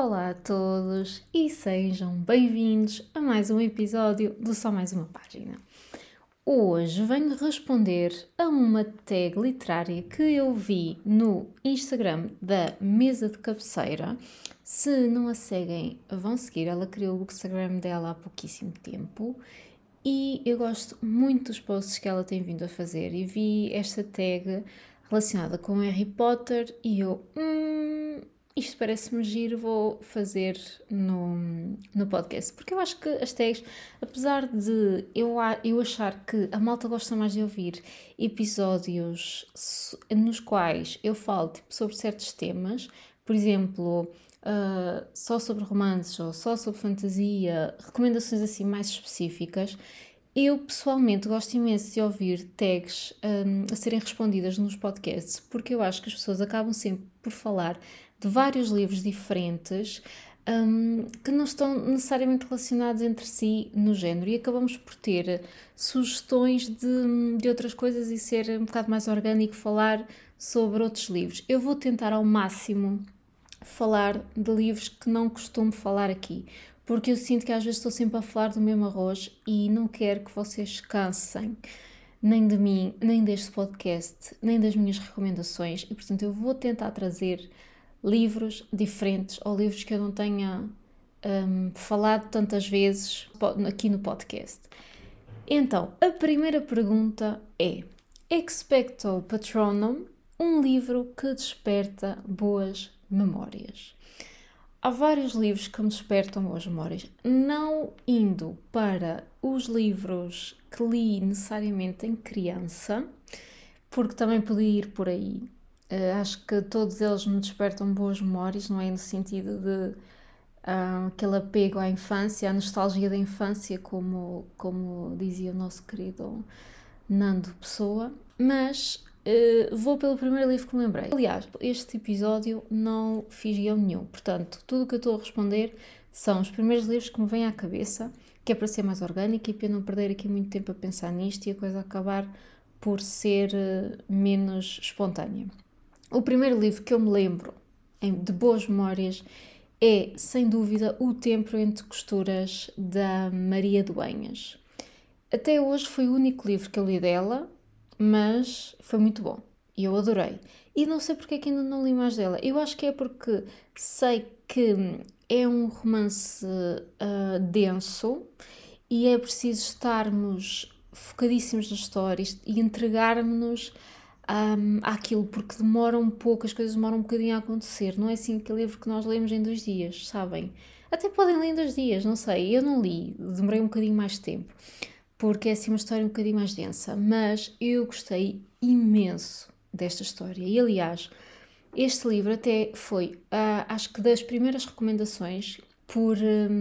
Olá a todos e sejam bem-vindos a mais um episódio do Só Mais Uma Página. Hoje venho responder a uma tag literária que eu vi no Instagram da Mesa de Cabeceira. Se não a seguem, vão seguir. Ela criou o Instagram dela há pouquíssimo tempo e eu gosto muito dos posts que ela tem vindo a fazer e vi esta tag relacionada com Harry Potter e eu... isto parece-me giro, vou fazer no podcast. Porque eu acho que as tags, apesar de eu achar que a malta gosta mais de ouvir episódios nos quais eu falo sobre certos temas, por exemplo, só sobre romances ou só sobre fantasia, recomendações assim mais específicas, eu pessoalmente gosto imenso de ouvir tags a serem respondidas nos podcasts, porque eu acho que as pessoas acabam sempre por falar de vários livros diferentes que não estão necessariamente relacionados entre si no género e acabamos por ter sugestões de outras coisas e ser um bocado mais orgânico falar sobre outros livros. Eu vou tentar ao máximo falar de livros que não costumo falar aqui, porque eu sinto que às vezes estou sempre a falar do mesmo arroz e não quero que vocês cansem nem de mim, nem deste podcast, nem das minhas recomendações e portanto eu vou tentar trazer livros diferentes ou livros que eu não tenha falado tantas vezes aqui no podcast. Então, a primeira pergunta é: Expecto Patronum, um livro que desperta boas memórias? Há vários livros que me despertam boas memórias, não indo para os livros que li necessariamente em criança, porque também podia ir por aí. Acho que todos eles me despertam boas memórias, não é no sentido de aquele apego à infância, à nostalgia da infância, como dizia o nosso querido Nando Pessoa, mas vou pelo primeiro livro que me lembrei. Aliás, este episódio não fiz guião nenhum, portanto, tudo o que eu estou a responder são os primeiros livros que me vêm à cabeça, que é para ser mais orgânico e para não perder aqui muito tempo a pensar nisto e a coisa acabar por ser menos espontânea. O primeiro livro que eu me lembro de boas memórias é, sem dúvida, O Tempo entre Costuras, da Maria Duenhas. Até hoje foi o único livro que eu li dela, mas foi muito bom e eu adorei. E não sei porque é que ainda não li mais dela. Eu acho que é porque sei que é um romance denso e é preciso estarmos focadíssimos nas histórias e entregarmos-nos àquilo, porque demora um pouco, as coisas demoram um bocadinho a acontecer. Não é assim aquele livro que nós lemos em 2 dias, sabem? Até podem ler em 2 dias, não sei. Eu não li, demorei um bocadinho mais de tempo, porque é assim uma história um bocadinho mais densa. Mas eu gostei imenso desta história. E, aliás, este livro até foi, acho que das primeiras recomendações por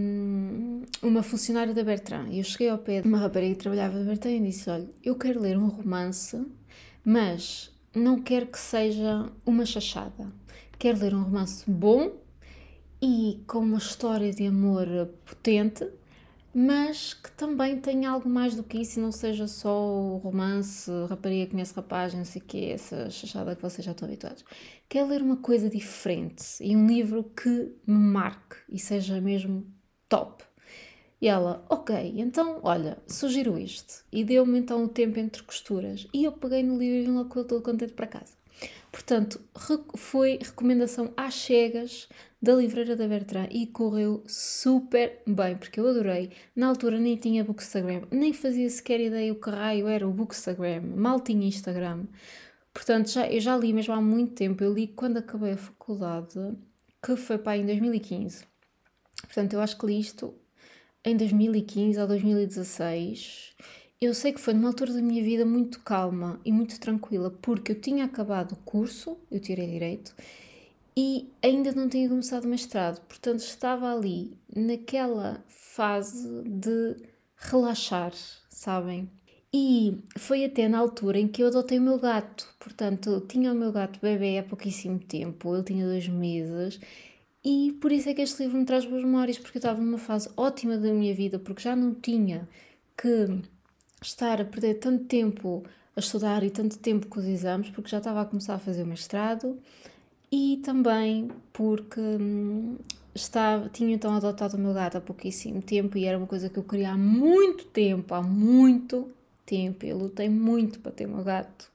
uma funcionária da Bertrand. Eu cheguei ao pé de uma rapariga que trabalhava na Bertrand e disse: olha, eu quero ler um romance, mas não quero que seja uma chachada. Quero ler um romance bom e com uma história de amor potente, mas que também tenha algo mais do que isso e não seja só o romance, rapariga conhece rapaz, não sei o quê, essa chachada que vocês já estão habituados. Quero ler uma coisa diferente e um livro que me marque e seja mesmo top. E ela, ok, então, olha, sugiro isto. E deu-me então o Tempo entre Costuras. E eu peguei no livro e vim logo todo contente para casa. Portanto, foi recomendação às cegas da livreira da Bertrand e correu super bem, porque eu adorei. Na altura nem tinha Bookstagram, nem fazia sequer ideia o que raio era o Bookstagram, mal tinha Instagram. Portanto, eu já li mesmo há muito tempo. Eu li quando acabei a faculdade, que foi para aí em 2015. Portanto, eu acho que li isto em 2015 ou 2016. Eu sei que foi numa altura da minha vida muito calma e muito tranquila, porque eu tinha acabado o curso, eu tirei Direito, e ainda não tinha começado o mestrado. Portanto, estava ali naquela fase de relaxar, sabem? E foi até na altura em que eu adotei o meu gato. Portanto, eu tinha o meu gato bebê há pouquíssimo tempo, ele tinha 2 meses, e por isso é que este livro me traz boas memórias, porque eu estava numa fase ótima da minha vida, porque já não tinha que estar a perder tanto tempo a estudar e tanto tempo com os exames, porque já estava a começar a fazer o mestrado, e também porque tinha então adotado o meu gato há pouquíssimo tempo e era uma coisa que eu queria há muito tempo, eu lutei muito para ter o meu gato.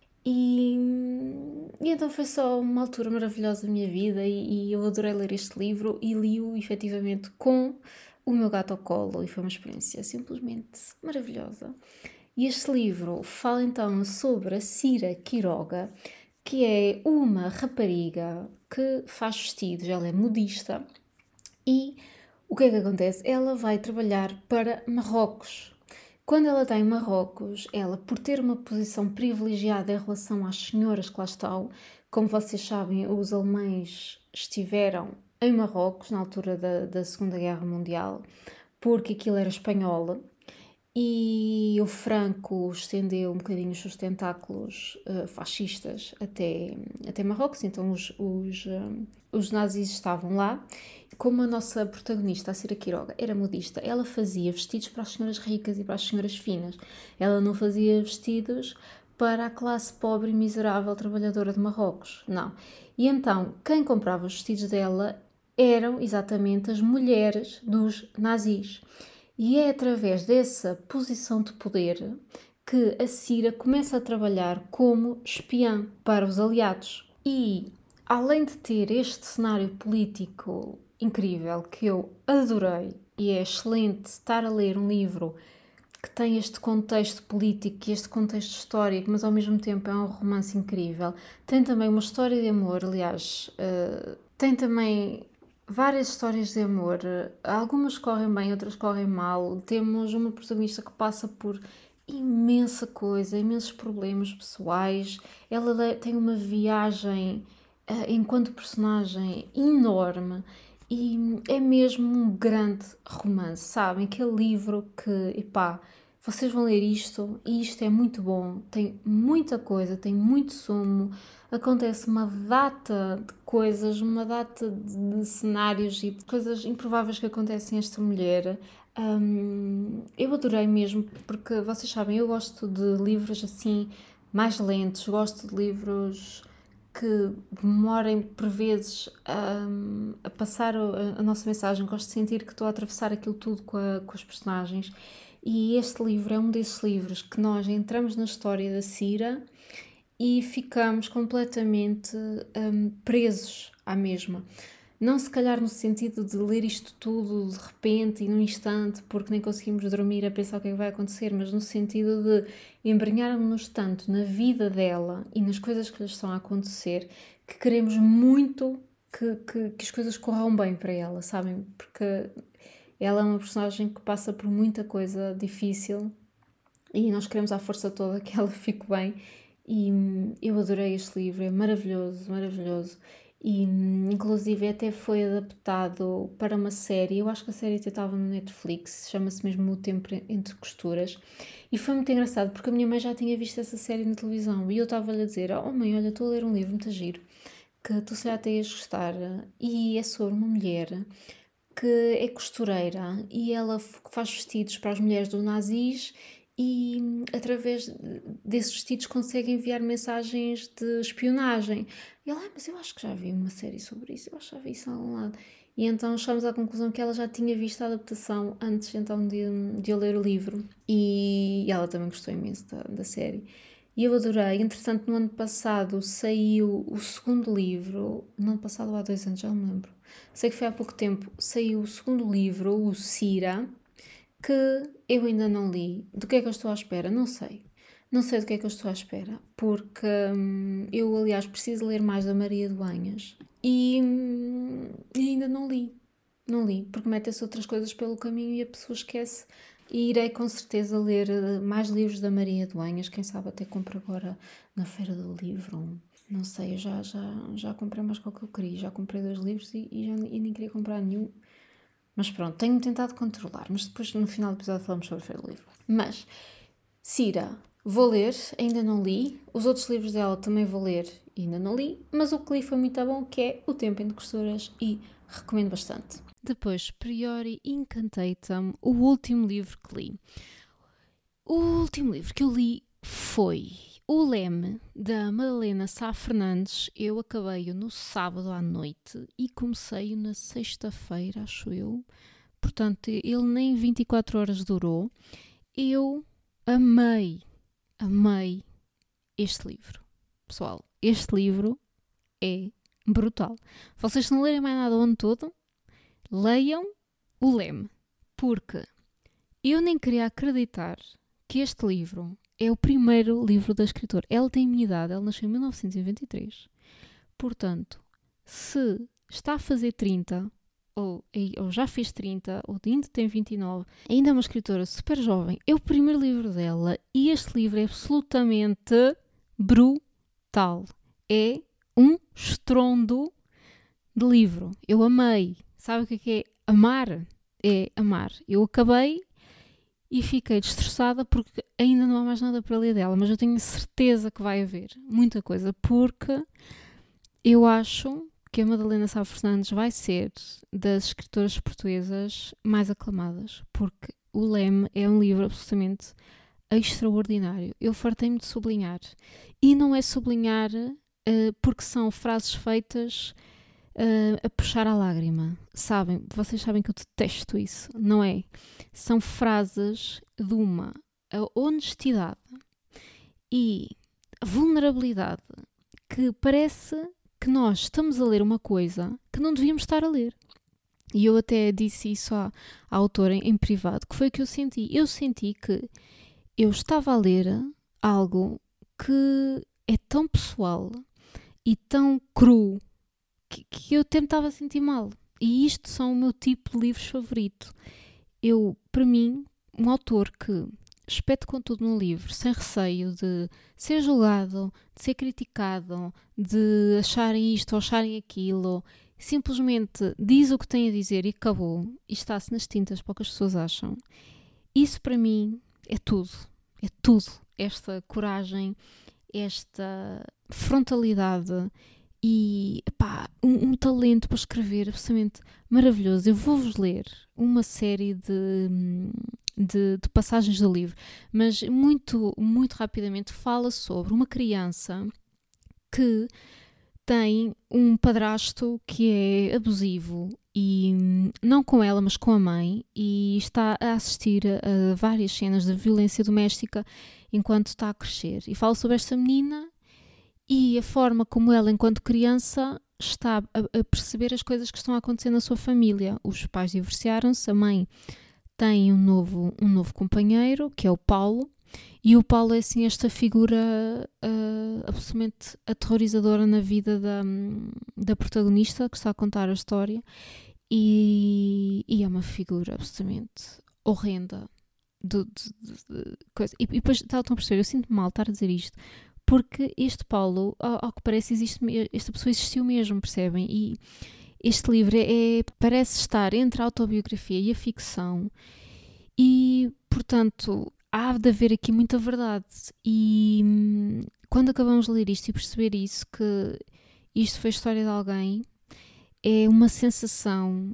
E então foi só uma altura maravilhosa da minha vida e eu adorei ler este livro e li-o efetivamente com o meu gato ao colo e foi uma experiência simplesmente maravilhosa. E este livro fala então sobre a Cira Quiroga, que é uma rapariga que faz vestidos, ela é modista e o que é que acontece? Ela vai trabalhar para Marrocos. Quando ela está em Marrocos, ela, por ter uma posição privilegiada em relação às senhoras que lá estão, como vocês sabem, os alemães estiveram em Marrocos na altura da Segunda Guerra Mundial, porque aquilo era espanhol, e o Franco estendeu um bocadinho os seus tentáculos fascistas até Marrocos, então os nazis estavam lá. Como a nossa protagonista, a Cira Quiroga, era modista, ela fazia vestidos para as senhoras ricas e para as senhoras finas. Ela não fazia vestidos para a classe pobre e miserável trabalhadora de Marrocos, não. E então, quem comprava os vestidos dela eram exatamente as mulheres dos nazis. E é através dessa posição de poder que a Cira começa a trabalhar como espiã para os aliados. E, além de ter este cenário político incrível que eu adorei, e é excelente estar a ler um livro que tem este contexto político e este contexto histórico, mas ao mesmo tempo é um romance incrível. Tem também uma história de amor, aliás, tem também várias histórias de amor, algumas correm bem, outras correm mal. Temos uma protagonista que passa por imensa coisa, imensos problemas pessoais. Ela tem uma viagem enquanto personagem enorme e é mesmo um grande romance, sabem? Aquele livro que, epá, vocês vão ler isto e isto é muito bom, tem muita coisa, tem muito sumo, acontece uma data de coisas, uma data de cenários e de coisas improváveis que acontecem a esta mulher. Eu adorei mesmo, porque vocês sabem, eu gosto de livros assim mais lentos, gosto de livros que demorem por vezes a passar a nossa mensagem, gosto de sentir que estou a atravessar aquilo tudo com os personagens. E este livro é um desses livros que nós entramos na história da Cira e ficamos completamente presos à mesma. Não se calhar no sentido de ler isto tudo de repente e num instante, porque nem conseguimos dormir a pensar o que é que vai acontecer, mas no sentido de embrenharmos-nos tanto na vida dela e nas coisas que lhe estão a acontecer, que queremos muito que as coisas corram bem para ela, sabem? Porque ela é uma personagem que passa por muita coisa difícil e nós queremos à força toda que ela fique bem. E eu adorei este livro, é maravilhoso, maravilhoso. E inclusive até foi adaptado para uma série, eu acho que a série até estava no Netflix, chama-se mesmo O Tempo Entre Costuras. E foi muito engraçado porque a minha mãe já tinha visto essa série na televisão e eu estava-lhe a dizer: Oh mãe, olha, estou a ler um livro muito giro que tu se já até ias gostar. E é sobre uma mulher que é costureira e ela faz vestidos para as mulheres dos nazis e através desses vestidos consegue enviar mensagens de espionagem. E ela, mas eu acho que já vi uma série sobre isso, eu acho que já vi isso a algum lado. E então chegamos à conclusão que ela já tinha visto a adaptação antes então de eu ler o livro e ela também gostou imenso da série. E eu adorei. Entretanto, no ano passado saiu o segundo livro. No ano passado ou há 2 anos, já não me lembro. Sei que foi há pouco tempo. Saiu o segundo livro, o Cira, que eu ainda não li. Do que é que eu estou à espera? Não sei. Não sei do que é que eu estou à espera. Porque eu, aliás, preciso ler mais da Maria de Banhas. E ainda não li. Não li, porque metem-se outras coisas pelo caminho e a pessoa esquece. E irei com certeza ler mais livros da Maria de Banhas, quem sabe até compro agora na Feira do Livro. Não sei, eu já comprei mais que o que eu queria. Já comprei 2 livros e nem queria comprar nenhum. Mas pronto, tenho tentado controlar. Mas depois no final do episódio falamos sobre a Feira do Livro. Mas, Cira, vou ler, ainda não li. Os outros livros dela também vou ler e ainda não li. Mas o que li foi muito bom, que é O Tempo Entre Costuras e recomendo bastante. Depois, Priori Incantatem, o último livro que li. O último livro que eu li foi O Leme, da Madalena Sá Fernandes, eu acabei-o no sábado à noite e comecei-o na sexta-feira, acho eu. Portanto, ele nem 24 horas durou. Eu amei este livro. Pessoal, este livro é brutal. Vocês se não lerem mais nada o ano todo, leiam o Leme. Porque eu nem queria acreditar que este livro é o primeiro livro da escritora. Ela tem a minha idade, ela nasceu em 1923. Portanto, se está a fazer 30, ou já fez 30, ou ainda tem 29, ainda é uma escritora super jovem, é o primeiro livro dela e este livro é absolutamente brutal. É um estrondo de livro. Eu amei. Sabe o que é amar? É amar. Eu acabei e fiquei destroçada porque ainda não há mais nada para ler dela, mas eu tenho certeza que vai haver muita coisa, porque eu acho que a Madalena Sá Fernandes vai ser das escritoras portuguesas mais aclamadas, porque o Leme é um livro absolutamente extraordinário. Eu fartei-me de sublinhar. E não é sublinhar porque são frases feitas a puxar a lágrima. Vocês sabem que eu detesto isso, não é? São frases de uma honestidade e vulnerabilidade que parece que nós estamos a ler uma coisa que não devíamos estar a ler. E eu até disse isso à autora em privado, que foi o que eu senti. Eu senti que eu estava a ler algo que é tão pessoal e tão cru que eu até me estava a sentir mal. E isto são o meu tipo de livros favorito. Para mim, um autor que espete com tudo num livro, sem receio de ser julgado, de ser criticado, de acharem isto ou acharem aquilo, simplesmente diz o que tem a dizer e acabou, e está-se nas tintas para o que as pessoas acham. Isso para mim é tudo. É tudo. Esta coragem, esta frontalidade e um talento para escrever absolutamente maravilhoso. Eu vou-vos ler uma série de passagens do livro, mas muito, muito rapidamente fala sobre uma criança que tem um padrasto que é abusivo, e não com ela, mas com a mãe, e está a assistir a várias cenas de violência doméstica enquanto está a crescer. E fala sobre esta menina e a forma como ela, enquanto criança, está a perceber as coisas que estão a acontecer na sua família. Os pais divorciaram-se, a mãe tem um novo companheiro, que é o Paulo, e o Paulo é assim esta figura absolutamente aterrorizadora na vida da protagonista, que está a contar a história, e é uma figura absolutamente horrenda. Coisa. E depois estão a perceber, eu sinto-me mal estar a dizer isto, porque este Paulo, ao que parece, esta pessoa existiu mesmo, percebem? E este livro parece estar entre a autobiografia e a ficção e, portanto, há de haver aqui muita verdade. E quando acabamos de ler isto e perceber isso, que isto foi a história de alguém, é uma sensação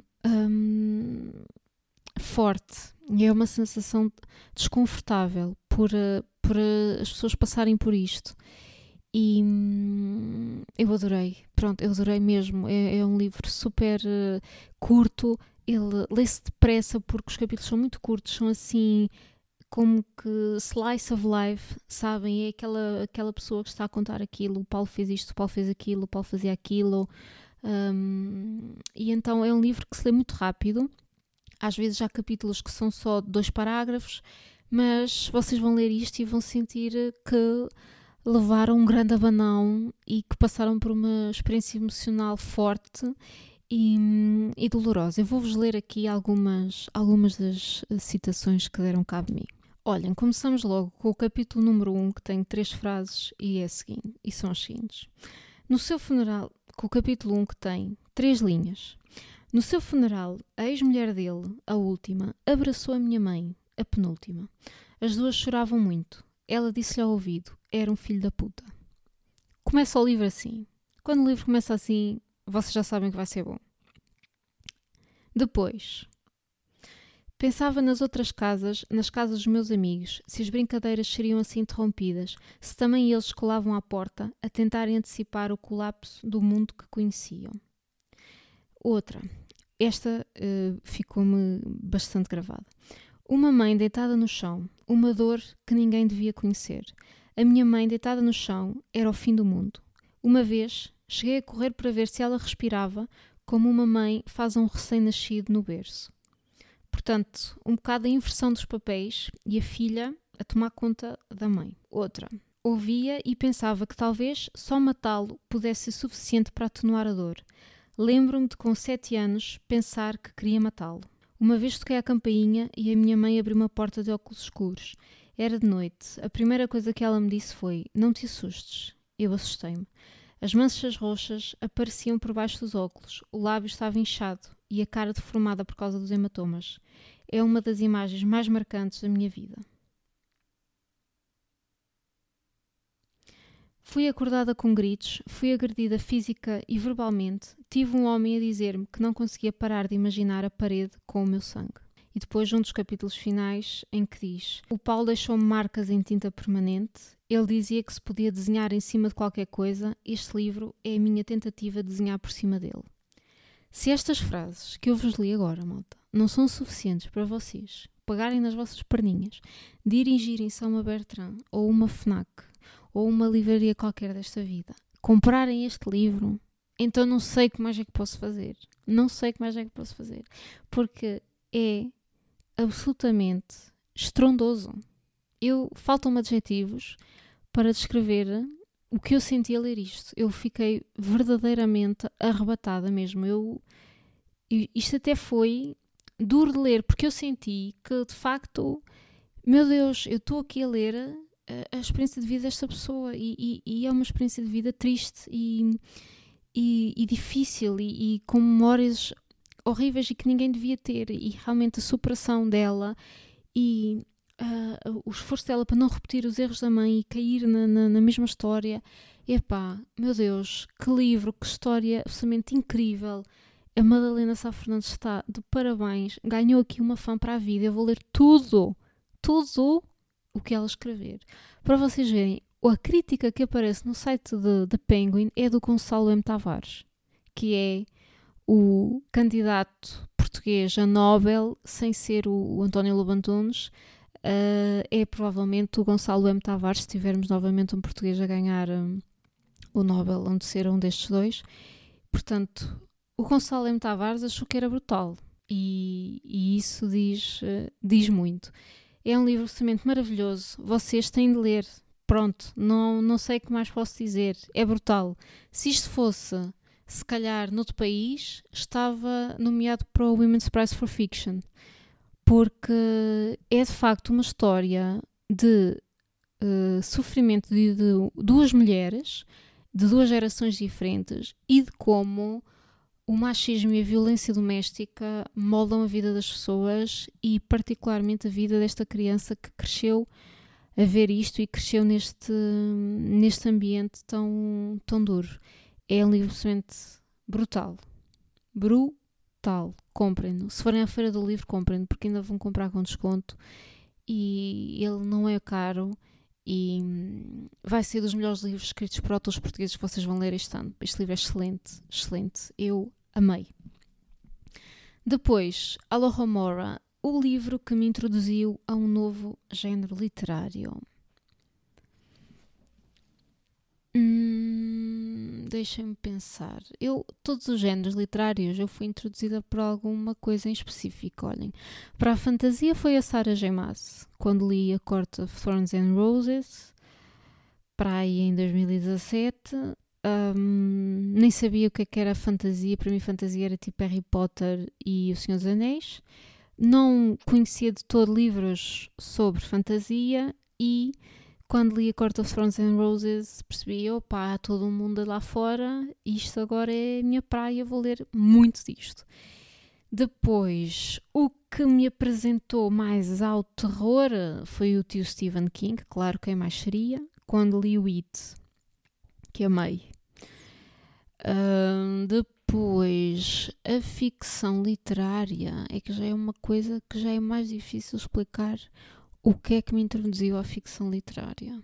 forte e é uma sensação desconfortável por as pessoas passarem por isto. E eu adorei mesmo. É um livro super curto, ele lê-se depressa porque os capítulos são muito curtos, são assim como que slice of life, sabem? É aquela pessoa que está a contar aquilo, o Paulo fez isto, o Paulo fez aquilo, o Paulo fazia aquilo, e então é um livro que se lê muito rápido. Às vezes há capítulos que são só 2 parágrafos, mas vocês vão ler isto e vão sentir que levaram um grande abanão e que passaram por uma experiência emocional forte e dolorosa. Eu vou-vos ler aqui algumas das citações que deram cabo de mim. Olhem, começamos logo com o capítulo número 1, que tem 3 frases e são as seguintes. No seu funeral, com o capítulo 1, que tem 3 linhas. No seu funeral, a ex-mulher dele, a última, abraçou a minha mãe, a penúltima. As duas choravam muito. Ela disse-lhe ao ouvido, era um filho da puta. Começa o livro assim. Quando o livro começa assim, vocês já sabem que vai ser bom. Depois, Pensava nas outras casas, nas casas dos meus amigos, se as brincadeiras seriam assim interrompidas, se também eles colavam à porta a tentarem antecipar o colapso do mundo que conheciam. Outra, esta ficou-me bastante gravada. Uma mãe deitada no chão, uma dor que ninguém devia conhecer. A minha mãe deitada no chão era o fim do mundo. Uma vez, cheguei a correr para ver se ela respirava, como uma mãe faz a um recém-nascido no berço. Portanto, um bocado a inversão dos papéis e a filha a tomar conta da mãe. Outra, ouvia e pensava que talvez só matá-lo pudesse ser suficiente para atenuar a dor. Lembro-me de, com 7 anos, pensar que queria matá-lo. Uma vez toquei a campainha e a minha mãe abriu uma porta de óculos escuros. Era de noite. A primeira coisa que ela me disse foi: "Não te assustes." Eu assustei-me. As manchas roxas apareciam por baixo dos óculos, o lábio estava inchado e a cara deformada por causa dos hematomas. É uma das imagens mais marcantes da minha vida. Fui acordada com gritos, fui agredida física e verbalmente, tive um homem a dizer-me que não conseguia parar de imaginar a parede com o meu sangue. E depois um dos capítulos finais em que diz: "O Paulo deixou-me marcas em tinta permanente. Ele dizia que se podia desenhar em cima de qualquer coisa. Este livro é a minha tentativa de desenhar por cima dele." Se estas frases que eu vos li agora, malta, não são suficientes para vocês pegarem nas vossas perninhas, dirigirem-se a uma Bertrand ou uma FNAC ou uma livraria qualquer desta vida, comprarem este livro, então não sei o que mais é que posso fazer. Não sei o que mais é que posso fazer. Porque é absolutamente estrondoso. Faltam-me adjetivos para descrever o que eu senti a ler isto. Eu fiquei verdadeiramente arrebatada mesmo. Isto até foi duro de ler, porque eu senti que, de facto, meu Deus, eu estou aqui a ler a experiência de vida desta pessoa e é uma experiência de vida triste e difícil e com memórias horríveis e que ninguém devia ter, e realmente a superação dela e o esforço dela para não repetir os erros da mãe e cair na mesma história. Epá, meu Deus, que livro, que história absolutamente incrível. A Madalena Sá Fernandes está de parabéns, ganhou aqui uma fã para a vida. Eu vou ler tudo o que ela escrever. Para vocês verem, a crítica que aparece no site da Penguin é do Gonçalo M. Tavares, que é o candidato português a Nobel, sem ser o António Lobo Antunes. É provavelmente o Gonçalo M. Tavares, se tivermos novamente um português a ganhar o Nobel, onde ser um destes dois. Portanto, o Gonçalo M. Tavares achou que era brutal e isso diz muito. É um livro absolutamente maravilhoso, vocês têm de ler. Pronto, não sei o que mais posso dizer, é brutal. Se isto fosse, se calhar, noutro país, estava nomeado para o Women's Prize for Fiction, porque é de facto uma história de sofrimento de duas mulheres, de duas gerações diferentes, e de como o machismo e a violência doméstica moldam a vida das pessoas e particularmente a vida desta criança que cresceu a ver isto e cresceu neste ambiente tão duro. É um livro absolutamente brutal. Brutal. Comprem-no. Se forem à Feira do Livro, comprem-no, porque ainda vão comprar com desconto e ele não é caro e vai ser dos melhores livros escritos por autores portugueses que vocês vão ler este ano. Este livro é excelente, excelente. Eu amei. Depois, Alohomora, o livro que me introduziu a um novo género literário. Deixem-me pensar. Todos os géneros literários eu fui introduzida por alguma coisa em específico. Olhem, para a fantasia foi a Sarah J. Maas, quando li A Court of Thorns and Roses, para aí em 2017. Nem sabia o que era fantasia. Para mim fantasia era tipo Harry Potter e O Senhor dos Anéis. Não conhecia de todo livros sobre fantasia e quando li A Court of Thorns and Roses percebi, há todo um mundo lá fora, isto agora é a minha praia, vou ler muito disto. Depois, o que me apresentou mais ao terror foi o tio Stephen King, claro, quem mais seria, quando li o It, que amei. Pois a ficção literária é que já é uma coisa que já é mais difícil explicar o que é que me introduziu à ficção literária.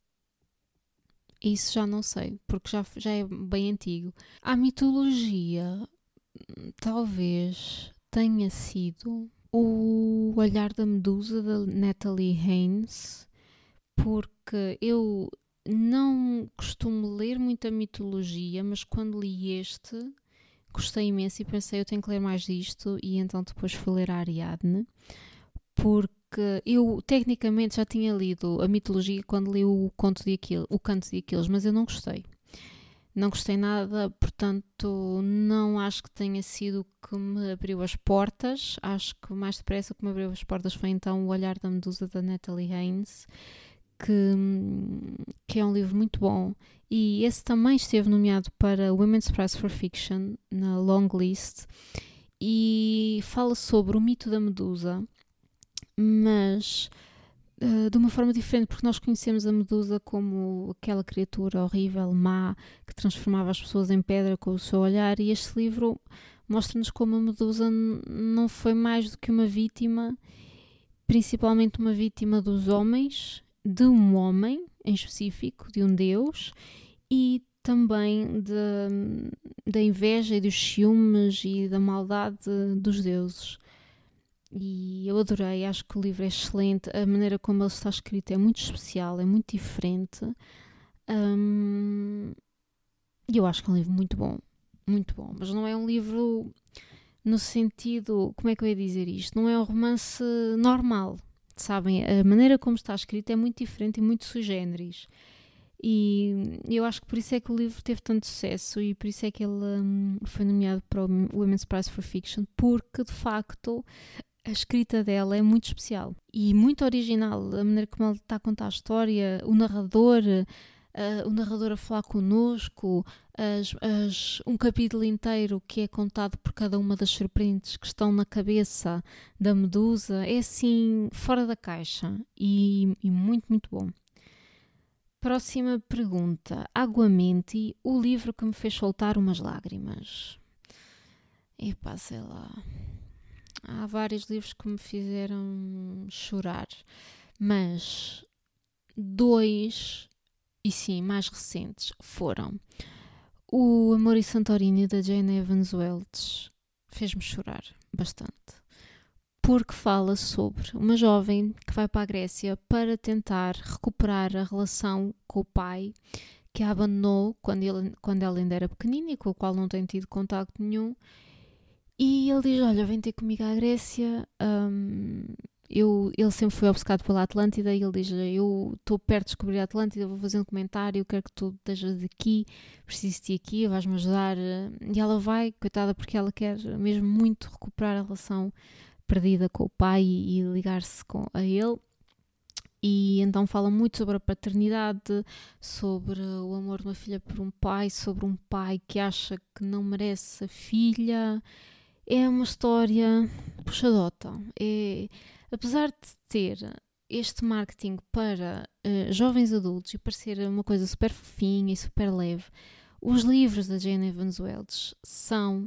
Isso já não sei, porque já é bem antigo. A mitologia talvez tenha sido O Olhar da Medusa, da Natalie Haynes, porque eu não costumo ler muita mitologia, mas quando li este, gostei imenso e pensei, eu tenho que ler mais disto, e então depois fui ler a Ariadne, porque eu tecnicamente já tinha lido a mitologia quando li o Canto de Aquiles, mas eu não gostei. Não gostei nada, portanto, não acho que tenha sido o que me abriu as portas. Acho que mais depressa o que me abriu as portas foi então O Olhar da Medusa, da Natalie Haynes, que é um livro muito bom. E esse também esteve nomeado para o Women's Prize for Fiction, na long list, e fala sobre o mito da Medusa, mas de uma forma diferente, porque nós conhecemos a Medusa como aquela criatura horrível, má, que transformava as pessoas em pedra com o seu olhar, e este livro mostra-nos como a Medusa não foi mais do que uma vítima, principalmente uma vítima dos homens, de um homem em específico, de um deus, e também da inveja e dos ciúmes e da maldade dos deuses. E eu adorei, acho que o livro é excelente, a maneira como ele está escrito é muito especial, é muito diferente, e eu acho que é um livro muito bom, mas não é um livro no sentido, como é que eu ia dizer isto, não é um romance normal, sabem, a maneira como está escrito é muito diferente e muito sui generis, e eu acho que por isso é que o livro teve tanto sucesso e por isso é que ele foi nomeado para o Women's Prize for Fiction, porque de facto a escrita dela é muito especial e muito original, a maneira como ele está a contar a história, o narrador a falar connosco, um capítulo inteiro que é contado por cada uma das serpentes que estão na cabeça da Medusa, é assim, fora da caixa e muito, muito bom. Próxima pergunta. Aguamenti, o livro que me fez soltar umas lágrimas. Epá, sei lá. Há vários livros que me fizeram chorar, mas 2, e sim, mais recentes, foram O Amor e Santorini, da Jane Evans Welch. Fez-me chorar bastante, porque fala sobre uma jovem que vai para a Grécia para tentar recuperar a relação com o pai, que a abandonou quando ela ainda era pequenina e com o qual não tem tido contacto nenhum. E ele diz, olha, vem ter comigo à Grécia, ele sempre foi obcecado pela Atlântida e ele diz, eu estou perto de descobrir a Atlântida, vou fazer um documentário, eu quero que tu estejas aqui, preciso de ti aqui, vais-me ajudar. E ela vai, coitada, porque ela quer mesmo muito recuperar a relação perdida com o pai e ligar-se a ele. E então fala muito sobre a paternidade, sobre o amor de uma filha por um pai, sobre um pai que acha que não merece a filha. É uma história puxadota. Apesar de ter este marketing para jovens adultos e parecer uma coisa super fofinha e super leve, os livros da Jane Evans Welch são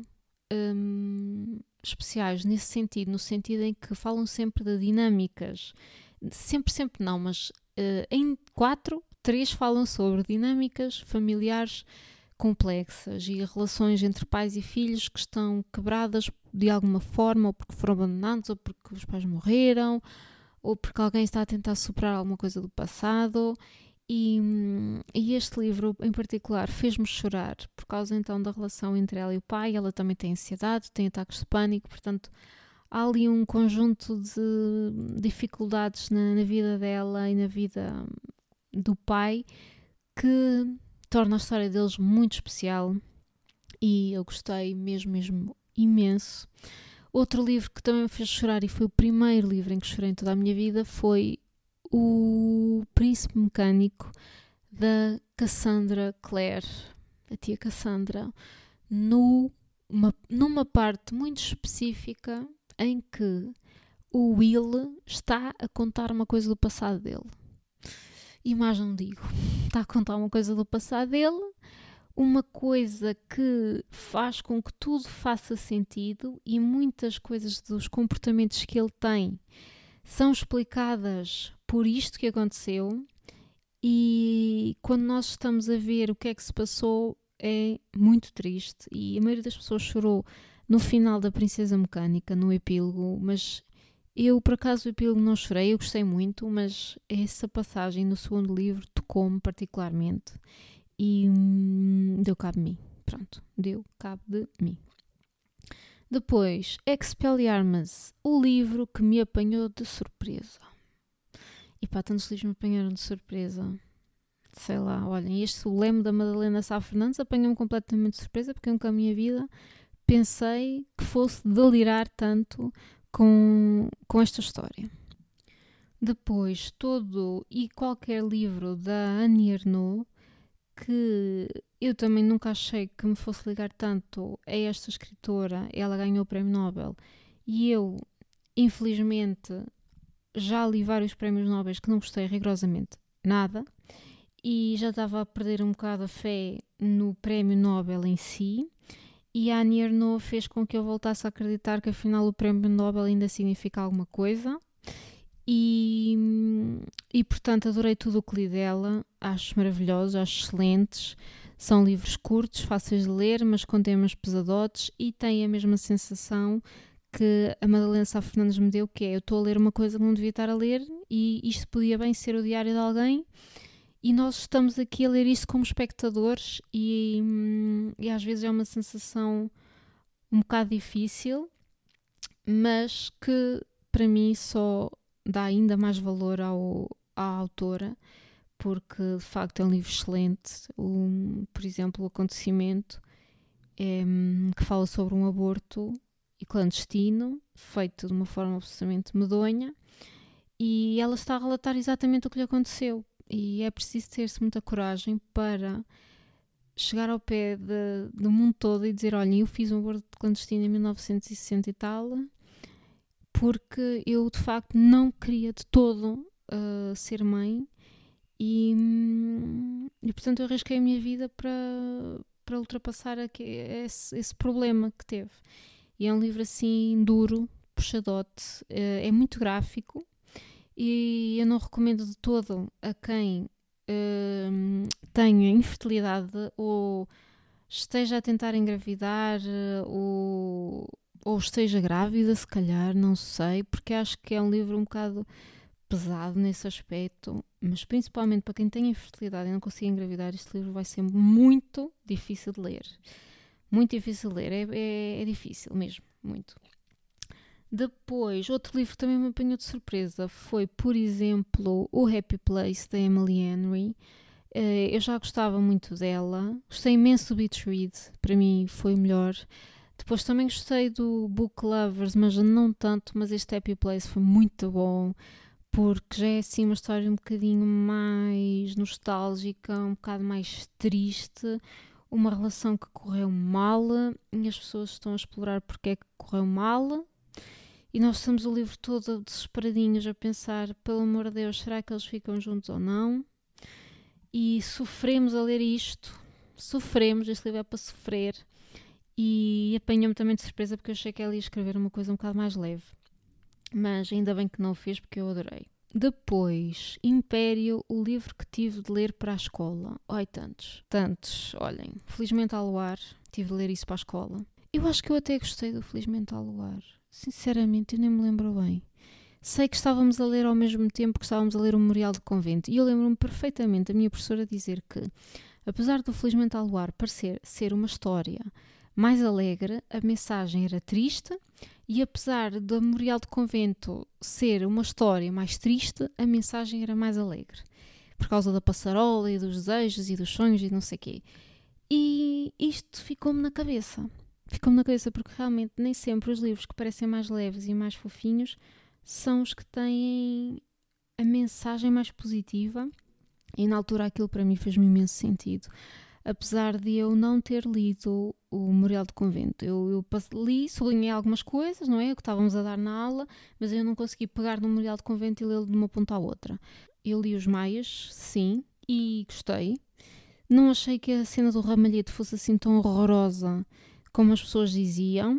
especiais nesse sentido, no sentido em que falam sempre de dinâmicas, sempre não, mas em 3 falam sobre dinâmicas familiares complexas e relações entre pais e filhos que estão quebradas de alguma forma, ou porque foram abandonados, ou porque os pais morreram, ou porque alguém está a tentar superar alguma coisa do passado. E este livro em particular fez-me chorar por causa então da relação entre ela e o pai. Ela também tem ansiedade, tem ataques de pânico, portanto há ali um conjunto de dificuldades na vida dela e na vida do pai que torna a história deles muito especial e eu gostei mesmo imenso. Outro livro que também me fez chorar e foi o primeiro livro em que chorei em toda a minha vida foi O Príncipe Mecânico, da Cassandra Clare, a tia Cassandra, numa parte muito específica em que o Will está a contar uma coisa do passado dele. E mais não digo, está a contar uma coisa do passado dele, uma coisa que faz com que tudo faça sentido e muitas coisas dos comportamentos que ele tem são explicadas por isto que aconteceu, e quando nós estamos a ver o que é que se passou é muito triste, e a maioria das pessoas chorou no final da Princesa Mecânica, no epílogo, mas eu, por acaso, o epílogo não chorei, eu gostei muito, mas essa passagem no segundo livro tocou-me particularmente e deu cabo de mim. Pronto, deu cabo de mim. Depois, Expelliarmus, o livro que me apanhou de surpresa. E pá, tantos livros me apanharam de surpresa. Sei lá, olhem, o Leme da Madalena Sá Fernandes apanhou-me completamente de surpresa, porque eu nunca na minha vida pensei que fosse delirar tanto com esta história. Depois, todo e qualquer livro da Annie Ernaux, que eu também nunca achei que me fosse ligar tanto a esta escritora. Ela ganhou o Prémio Nobel e eu, infelizmente, já li vários prémios Nobel que não gostei rigorosamente nada, e já estava a perder um bocado a fé no Prémio Nobel em si, e a Annie Ernaux fez com que eu voltasse a acreditar que afinal o Prémio Nobel ainda significa alguma coisa. E portanto adorei tudo o que li dela, acho maravilhosos, acho excelentes. São livros curtos, fáceis de ler, mas com temas pesadotes, e têm a mesma sensação que a Madalena Sá Fernandes me deu, que é: eu estou a ler uma coisa que não devia estar a ler, e isto podia bem ser o diário de alguém, e nós estamos aqui a ler isto como espectadores, e às vezes é uma sensação um bocado difícil, mas que para mim só dá ainda mais valor à autora, porque de facto é um livro excelente. Por exemplo, o Acontecimento, que fala sobre um aborto clandestino, feito de uma forma absolutamente medonha, e ela está a relatar exatamente o que lhe aconteceu, e é preciso ter-se muita coragem para chegar ao pé do mundo todo e dizer: olhem, eu fiz um aborto clandestino em 1960 e tal, porque eu de facto não queria de todo ser mãe, e portanto eu arrisquei a minha vida para ultrapassar esse problema que teve. E é um livro assim duro, puxadote, é muito gráfico, e eu não recomendo de todo a quem tenha infertilidade ou esteja a tentar engravidar, ou esteja grávida, se calhar, não sei, porque acho que é um livro um bocado pesado nesse aspecto, mas principalmente para quem tem infertilidade e não consiga engravidar, este livro vai ser muito difícil de ler. Muito difícil de ler, é difícil mesmo, muito. Depois, outro livro que também me apanhou de surpresa foi, por exemplo, O Happy Place, da Emily Henry. Eu já gostava muito dela, gostei imenso do Beach Read, para mim foi o melhor. Depois também gostei do Book Lovers, mas não tanto, mas este Happy Place foi muito bom, porque já é assim uma história um bocadinho mais nostálgica, um bocado mais triste, uma relação que correu mal e as pessoas estão a explorar porque é que correu mal, e nós estamos o livro todo desesperadinhos a pensar: pelo amor de Deus, será que eles ficam juntos ou não? E sofremos a ler isto, este livro é para sofrer, e apanhou-me também de surpresa porque eu achei que ela ia escrever uma coisa um bocado mais leve, mas ainda bem que não o fez, porque eu adorei. Depois, Império, o livro que tive de ler para a escola. Ai, tantos, olhem, Felizmente ao Luar, tive de ler isso para a escola. Eu acho que eu até gostei do Felizmente ao Luar, sinceramente, eu nem me lembro bem. Sei que estávamos a ler ao mesmo tempo que estávamos a ler o Memorial do Convento, e eu lembro-me perfeitamente da minha professora dizer que, apesar do Felizmente ao Luar parecer ser uma história mais alegre, a mensagem era triste, e apesar do Memorial do Convento ser uma história mais triste, a mensagem era mais alegre, por causa da passarola e dos desejos e dos sonhos e não sei o quê. E isto ficou-me na cabeça, porque realmente nem sempre os livros que parecem mais leves e mais fofinhos são os que têm a mensagem mais positiva, e na altura aquilo para mim fez-me imenso sentido. Apesar de eu não ter lido o Memorial do Convento. Eu li, sublinhei algumas coisas, não é? O que estávamos a dar na aula, mas eu não consegui pegar no Memorial do Convento e lê-lo de uma ponta à outra. Eu li os Maias, sim, e gostei. Não achei que a cena do ramalhete fosse assim tão horrorosa como as pessoas diziam.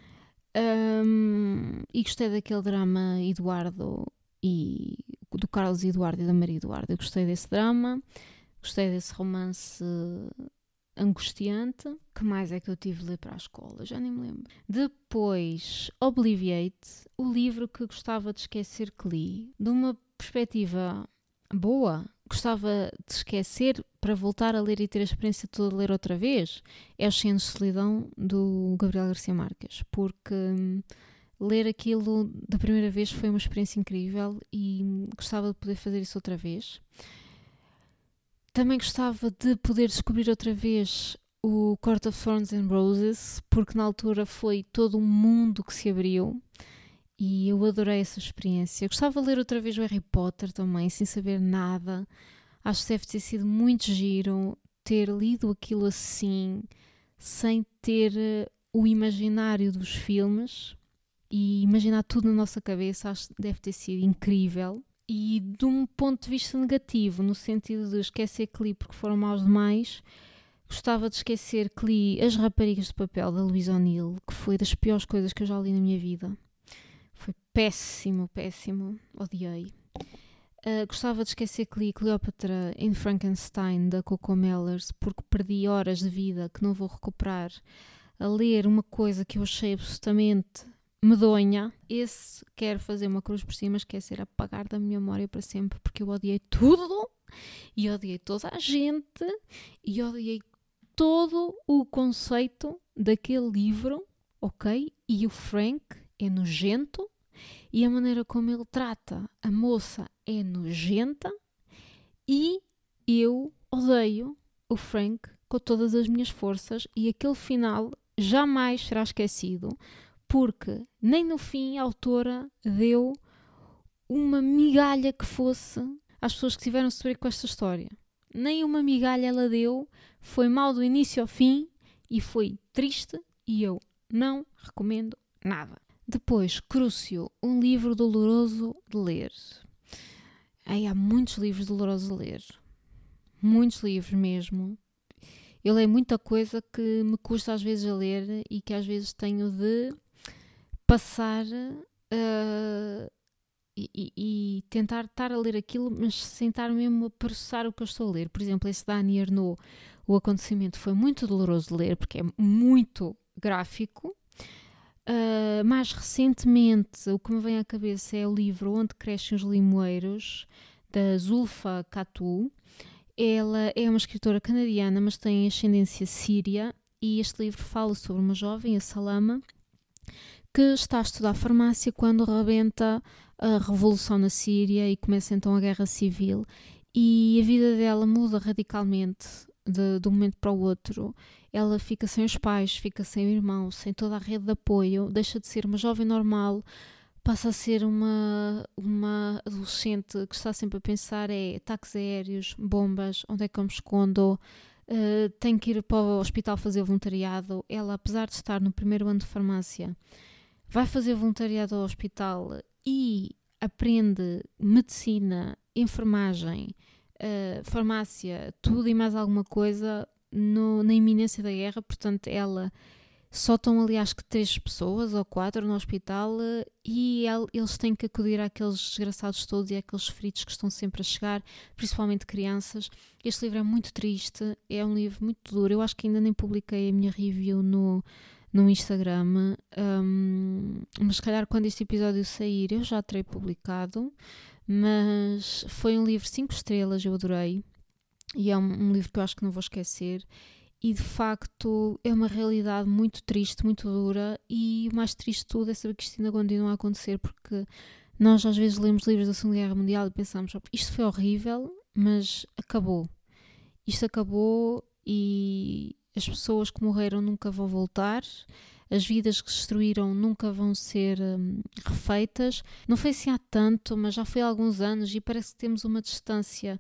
E gostei daquele drama Eduardo e do Carlos Eduardo e da Maria Eduardo. Eu gostei desse drama, gostei desse romance angustiante. Que mais é que eu tive de ler para a escola? Já nem me lembro. Depois, Obliviate, o livro que gostava de esquecer que li, de uma perspectiva boa. Gostava de esquecer para voltar a ler e ter a experiência toda de ler outra vez. É Os 100 anos de solidão, do Gabriel Garcia Marques, porque ler aquilo da primeira vez foi uma experiência incrível e gostava de poder fazer isso outra vez. Também gostava de poder descobrir outra vez o Court of Thorns and Roses, porque na altura foi todo um mundo que se abriu e eu adorei essa experiência. Gostava de ler outra vez o Harry Potter também, sem saber nada. Acho que deve ter sido muito giro ter lido aquilo assim, sem ter o imaginário dos filmes e imaginar tudo na nossa cabeça. Acho que deve ter sido incrível. E de um ponto de vista negativo, no sentido de esquecer que li porque foram maus demais, gostava de esquecer que li As Raparigas de Papel, da Louise O'Neill, que foi das piores coisas que eu já li na minha vida. Foi péssimo, péssimo. Odiei. Gostava de esquecer que li Cleopatra in Frankenstein, da Coco Mellers, porque perdi horas de vida que não vou recuperar a ler uma coisa que eu achei absolutamente medonha. Esse quero fazer uma cruz por cima, esquecer, apagar da minha memória para sempre, porque eu odiei tudo e odiei toda a gente e odiei todo o conceito daquele livro, ok? E o Frank é nojento e a maneira como ele trata a moça é nojenta e eu odeio o Frank com todas as minhas forças e aquele final jamais será esquecido, porque nem no fim a autora deu uma migalha que fosse às pessoas que tiveram a sofrer com esta história. Nem uma migalha ela deu, foi mal do início ao fim e foi triste e eu não recomendo nada. Depois, Crucio, um livro doloroso de ler. Há muitos livros dolorosos de ler. Muitos livros mesmo. Eu leio muita coisa que me custa às vezes a ler e que às vezes tenho de passar e tentar estar a ler aquilo, mas sem estar mesmo a processar o que eu estou a ler. Por exemplo, esse da Annie Ernaux, O Acontecimento, foi muito doloroso de ler porque é muito gráfico. Mais recentemente, o que me vem à cabeça é o livro Onde Crescem os Limoeiros, da Zulfa Katu. Ela é uma escritora canadiana, mas tem ascendência síria, e este livro fala sobre uma jovem, a Salama, que está a estudar farmácia quando rebenta a revolução na Síria e começa então a guerra civil, e a vida dela muda radicalmente de um momento para o outro. Ela fica sem os pais, fica sem o irmão, sem toda a rede de apoio, deixa de ser uma jovem normal, passa a ser uma adolescente que está sempre a pensar ataques aéreos, bombas, onde é que eu me escondo, tenho que ir para o hospital fazer voluntariado. Ela, apesar de estar no primeiro ano de farmácia, vai fazer voluntariado ao hospital e aprende medicina, enfermagem, farmácia, tudo e mais alguma coisa na iminência da guerra. Portanto, ela só estão ali acho que 3 pessoas ou 4 no hospital e eles têm que acudir àqueles desgraçados todos e àqueles feridos que estão sempre a chegar, principalmente crianças. Este livro é muito triste, é um livro muito duro. Eu acho que ainda nem publiquei a minha review no Instagram, mas se calhar quando este episódio sair eu já terei publicado. Mas foi um livro 5 estrelas, eu adorei, e é um livro que eu acho que não vou esquecer. E de facto é uma realidade muito triste, muito dura, e o mais triste de tudo é saber que isto ainda continua a acontecer, porque nós às vezes lemos livros da Segunda Guerra Mundial e pensamos, isto foi horrível, mas acabou. Isto acabou e as pessoas que morreram nunca vão voltar, as vidas que se destruíram nunca vão ser refeitas. Não foi assim há tanto, mas já foi há alguns anos e parece que temos uma distância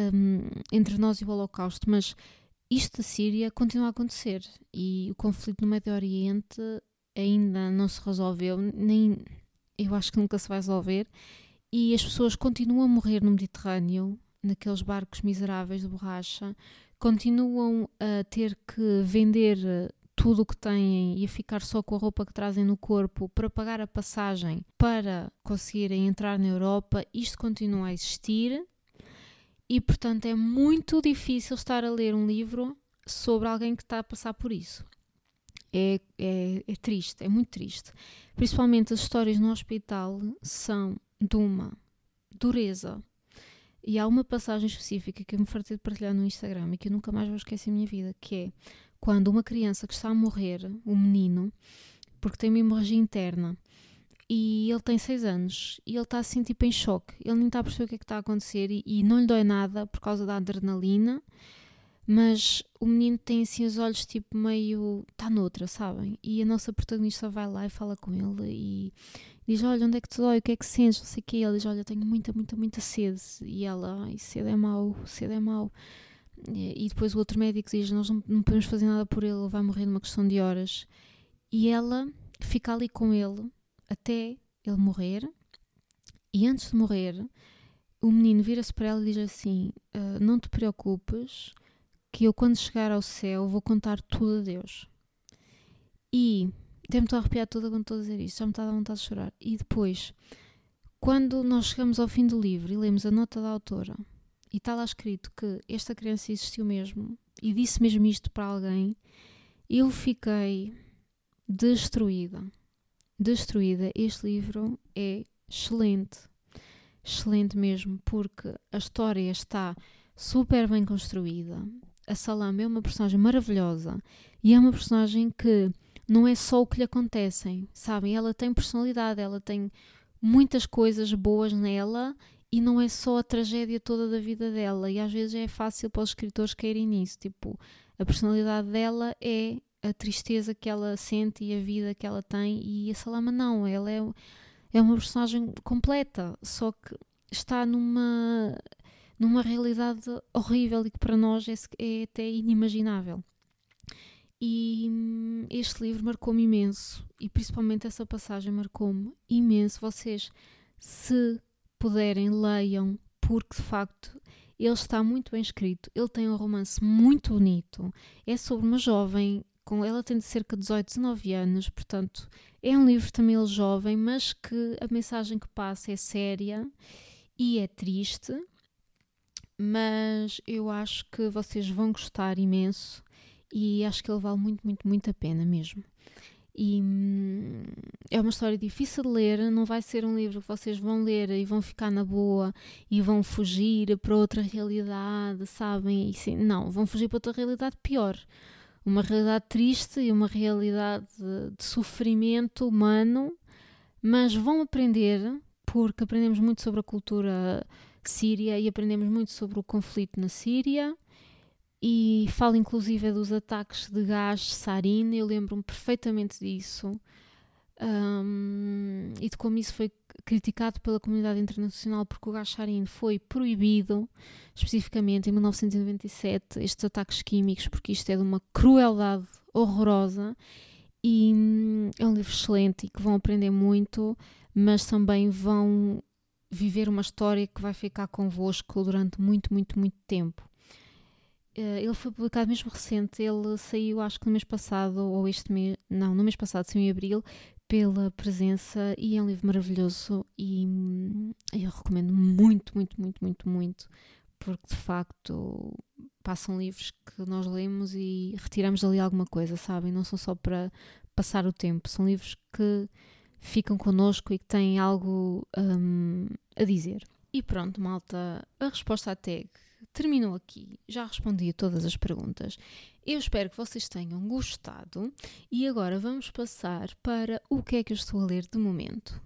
entre nós e o Holocausto, mas isto da Síria continua a acontecer e o conflito no Médio Oriente ainda não se resolveu, nem eu acho que nunca se vai resolver, e as pessoas continuam a morrer no Mediterrâneo, naqueles barcos miseráveis de borracha, continuam a ter que vender tudo o que têm e a ficar só com a roupa que trazem no corpo para pagar a passagem para conseguirem entrar na Europa. Isto continua a existir e, portanto, é muito difícil estar a ler um livro sobre alguém que está a passar por isso. É triste, é muito triste. Principalmente as histórias no hospital são de uma dureza. E há uma passagem específica que eu me fartei de partilhar no Instagram e que eu nunca mais vou esquecer na minha vida, que é quando uma criança que está a morrer, um menino, porque tem uma hemorragia interna, e ele tem 6 anos, e ele está assim tipo em choque, ele nem está a perceber o que é que está a acontecer e não lhe dói nada por causa da adrenalina, mas o menino tem assim os olhos tipo meio, está noutra, sabem? E a nossa protagonista vai lá e fala com ele e diz, olha, onde é que te dói, o que é que sentes, não sei o quê. Ele diz, olha, tenho muita, muita, muita sede. E ela, ai, sede é mau, sede é mau. E depois o outro médico diz, nós não podemos fazer nada por ele, ele vai morrer numa questão de horas. E ela fica ali com ele até ele morrer. E antes de morrer, o menino vira-se para ela e diz assim, não te preocupes, que eu quando chegar ao céu vou contar tudo a Deus. E até me estou a arrepiar toda quando estou a dizer isto, já me está a dar vontade de chorar. E depois, quando nós chegamos ao fim do livro e lemos a nota da autora, e está lá escrito que esta criança existiu mesmo, e disse mesmo isto para alguém, eu fiquei destruída. Destruída. Este livro é excelente. Excelente mesmo, porque a história está super bem construída. A Salama é uma personagem maravilhosa e é uma personagem que não é só o que lhe acontecem, sabem? Ela tem personalidade, ela tem muitas coisas boas nela e não é só a tragédia toda da vida dela. E às vezes é fácil para os escritores caírem nisso. Tipo, a personalidade dela é a tristeza que ela sente e a vida que ela tem, e a Salama não, ela é uma personagem completa, só que está numa realidade horrível e que para nós é até inimaginável. E este livro marcou-me imenso, e principalmente essa passagem marcou-me imenso. Vocês, se puderem, leiam, porque de facto ele está muito bem escrito, ele tem um romance muito bonito, é sobre uma jovem, ela tem de cerca de 18, 19 anos, portanto é um livro também ele jovem, mas que a mensagem que passa é séria e é triste, mas eu acho que vocês vão gostar imenso e acho que ele vale muito, muito, muito a pena mesmo. E é uma história difícil de ler, não vai ser um livro que vocês vão ler e vão ficar na boa e vão fugir para outra realidade, sabem? E, sim, não, vão fugir para outra realidade pior. Uma realidade triste e uma realidade de sofrimento humano, mas vão aprender, porque aprendemos muito sobre a cultura síria e aprendemos muito sobre o conflito na Síria, e fala inclusive dos ataques de gás sarin, eu lembro-me perfeitamente disso, e de como isso foi criticado pela comunidade internacional, porque o gás sarin foi proibido especificamente em 1997, estes ataques químicos, porque isto é de uma crueldade horrorosa. E é um livro excelente e que vão aprender muito, mas também vão viver uma história que vai ficar convosco durante muito, muito, muito tempo. Ele foi publicado mesmo recente, ele saiu acho que no mês passado, ou este mês, não, no mês passado, saiu em abril, pela Presença, e é um livro maravilhoso e eu recomendo muito, muito, muito, muito, muito, porque de facto passam livros que nós lemos e retiramos dali alguma coisa, sabem? Não são só para passar o tempo, são livros que ficam connosco e que têm algo a dizer. E pronto, malta, a resposta à tag terminou aqui. Já respondi a todas as perguntas. Eu espero que vocês tenham gostado e agora vamos passar para o que é que eu estou a ler de momento.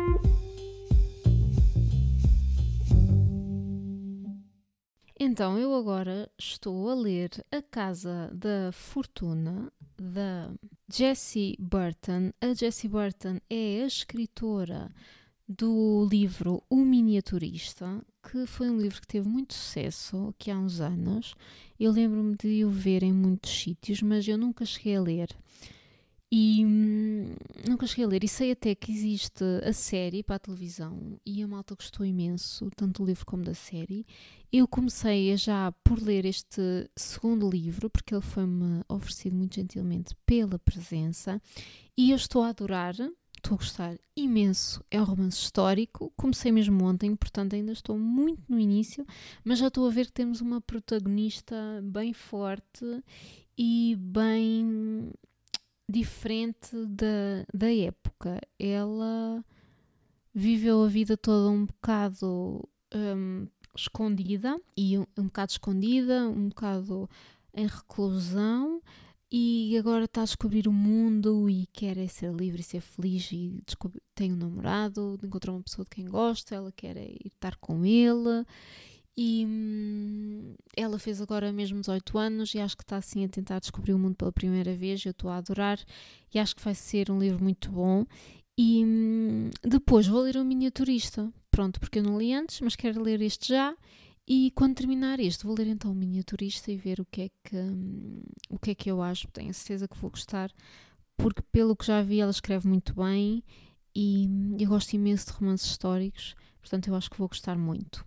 Então, eu agora estou a ler A Casa da Fortuna, da Jessie Burton. A Jessie Burton é a escritora do livro O Miniaturista, que foi um livro que teve muito sucesso aqui há uns anos. Eu lembro-me de o ver em muitos sítios, mas eu nunca cheguei a ler. E nunca cheguei a ler. E sei até que existe a série para a televisão e a malta gostou imenso, tanto do livro como da série. Eu comecei já por ler este segundo livro, porque ele foi-me oferecido muito gentilmente pela presença, e eu estou a adorar, estou a gostar imenso. É um romance histórico, comecei mesmo ontem, portanto ainda estou muito no início, mas já estou a ver que temos uma protagonista bem forte e bem diferente da época. Ela viveu a vida toda um bocado escondida, e um bocado escondida, um bocado em reclusão, e agora está a descobrir o mundo e quer ser livre e ser feliz, e tem um namorado, encontrou uma pessoa de quem gosta, ela quer ir estar com ele. E ela fez agora mesmo 18 anos e acho que está assim a tentar descobrir o mundo pela primeira vez. Eu estou a adorar e acho que vai ser um livro muito bom. E depois vou ler o Miniaturista, pronto, porque eu não li antes, mas quero ler este já. E quando terminar este, vou ler então o Miniaturista e ver o que é que eu acho. Tenho a certeza que vou gostar, porque pelo que já vi ela escreve muito bem e eu gosto imenso de romances históricos, portanto eu acho que vou gostar muito.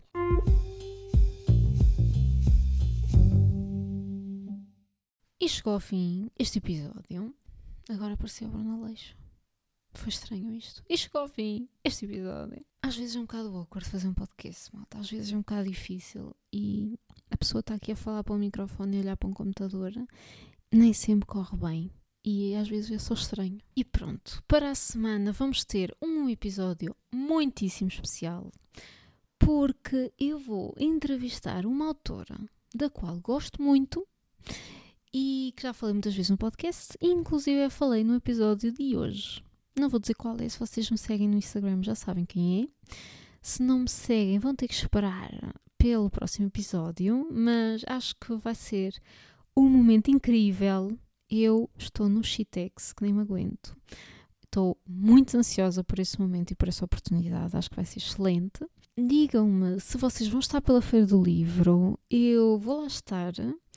E chegou ao fim este episódio. Agora apareceu a Bruna Leixo. Foi estranho isto. E chegou ao fim este episódio. Às vezes é um bocado awkward fazer um podcast, malta. Às vezes é um bocado difícil e a pessoa está aqui a falar para um microfone e olhar para um computador. Nem sempre corre bem. E às vezes é só estranho. E pronto. Para a semana vamos ter um episódio muitíssimo especial, porque eu vou entrevistar uma autora da qual gosto muito e que já falei muitas vezes no podcast, e inclusive eu falei no episódio de hoje. Não vou dizer qual é, se vocês me seguem no Instagram já sabem quem é. Se não me seguem vão ter que esperar pelo próximo episódio, mas acho que vai ser um momento incrível. Eu estou no Shitex, que nem me aguento. Estou muito ansiosa por esse momento e por essa oportunidade, acho que vai ser excelente. Digam-me se vocês vão estar pela Feira do Livro. Eu vou lá estar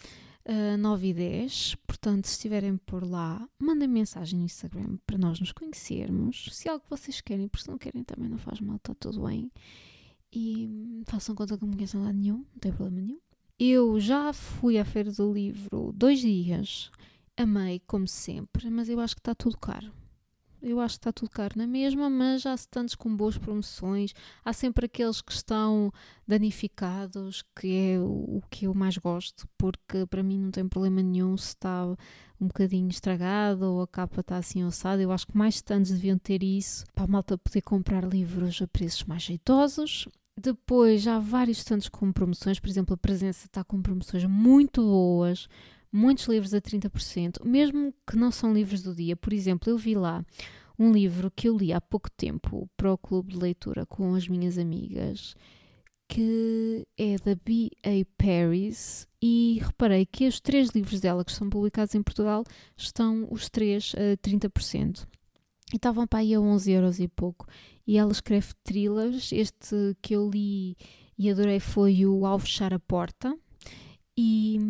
9h10, portanto se estiverem por lá, mandem mensagem no Instagram para nós nos conhecermos. Se é algo que vocês querem, porque se não querem também não faz mal, está tudo bem. E façam conta que não me conhecem lá nenhum, não tem problema nenhum. Eu já fui à Feira do Livro 2 dias, amei como sempre, mas eu acho que está tudo caro. Eu acho que está tudo caro na mesma, mas há stands com boas promoções. Há sempre aqueles que estão danificados, que é o que eu mais gosto, porque para mim não tem problema nenhum se está um bocadinho estragado ou a capa está assim ossada. Eu acho que mais stands deviam ter isso, para a malta poder comprar livros a preços mais jeitosos. Depois há vários stands com promoções, por exemplo, a Presença está com promoções muito boas, muitos livros a 30%, mesmo que não são livros do dia. Por exemplo, eu vi lá um livro que eu li há pouco tempo para o clube de leitura com as minhas amigas, que é da B.A. Paris, e reparei que os 3 livros dela que são publicados em Portugal estão os 3 a 30%. E estavam para aí a 11€ e pouco. E ela escreve thrillers. Este que eu li e adorei foi o Ao Fechar a Porta. E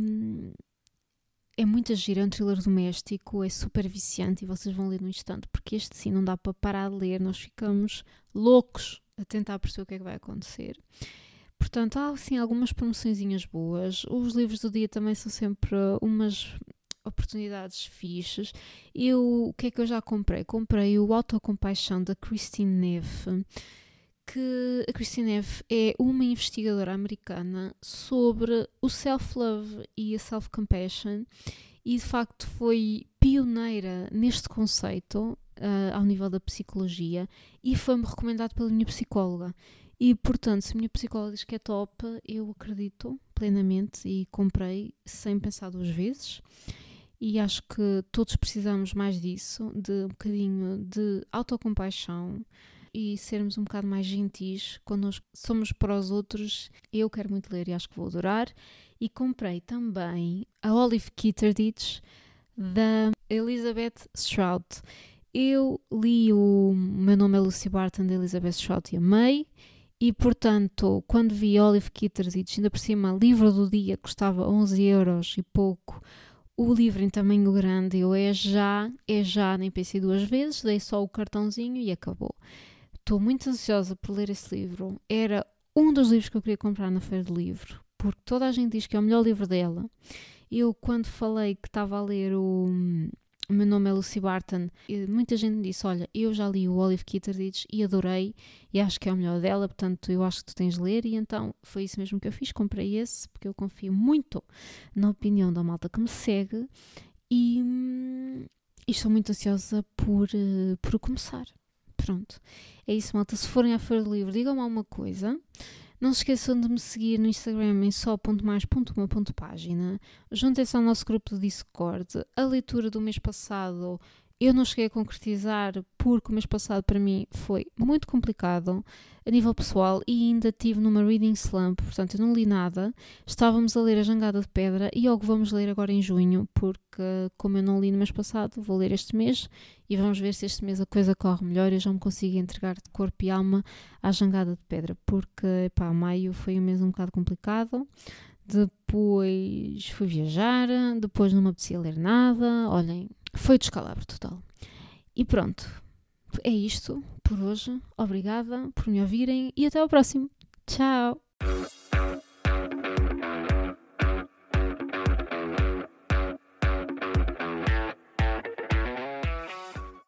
é muito giro, é um thriller doméstico, é super viciante e vocês vão ler no instante, porque este sim não dá para parar de ler, nós ficamos loucos a tentar perceber o que é que vai acontecer. Portanto, há sim algumas promoçõezinhas boas. Os livros do dia também são sempre umas oportunidades fixes. O que é que eu já comprei? Comprei o Autocompaixão da Christine Neff, que a Christine Neff é uma investigadora americana sobre o self-love e a self-compassion, e de facto foi pioneira neste conceito ao nível da psicologia, e foi-me recomendado pela minha psicóloga. E portanto, se a minha psicóloga diz que é top, eu acredito plenamente e comprei sem pensar 2 vezes. E acho que todos precisamos mais disso, de um bocadinho de autocompaixão e sermos um bocado mais gentis quando nós somos para os outros. Eu quero muito ler e acho que vou adorar. E comprei também a Olive Kitteridge, da Elizabeth Strout. Eu li o Meu Nome é Lucy Barton, da Elizabeth Strout, e amei. E, portanto, quando vi Olive Kitteridge, ainda por cima, livro do dia, custava 11€ e pouco, O livro em tamanho grande, eu é já, nem pensei duas vezes, dei só o cartãozinho e acabou. Estou muito ansiosa por ler esse livro. Era um dos livros que eu queria comprar na Feira do Livro, porque toda a gente diz que é o melhor livro dela. Eu, quando falei que estava a ler o meu nome é Lucy Barton, muita gente me disse, olha, eu já li o Olive Kitteridge e adorei, e acho que é o melhor dela, portanto eu acho que tu tens de ler, e então foi isso mesmo que eu fiz, comprei esse, porque eu confio muito na opinião da malta que me segue, e estou muito ansiosa por começar. Pronto, é isso, malta. Se forem à Feira do Livro, digam-me alguma coisa. Não se esqueçam de me seguir no Instagram em só.mais.uma.página. Juntem-se ao nosso grupo do Discord. A leitura do mês passado eu não cheguei a concretizar porque o mês passado para mim foi muito complicado a nível pessoal e ainda estive numa reading slump, portanto eu não li nada. Estávamos a ler A Jangada de Pedra e algo vamos ler agora em junho, porque como eu não li no mês passado, vou ler este mês e vamos ver se este mês a coisa corre melhor e eu já me consigo entregar de corpo e alma à Jangada de Pedra, porque maio foi um mês um bocado complicado. Depois fui viajar, depois não me apetecia ler nada, olhem, foi descalabro total. E pronto, é isto por hoje. Obrigada por me ouvirem e até ao próximo. Tchau!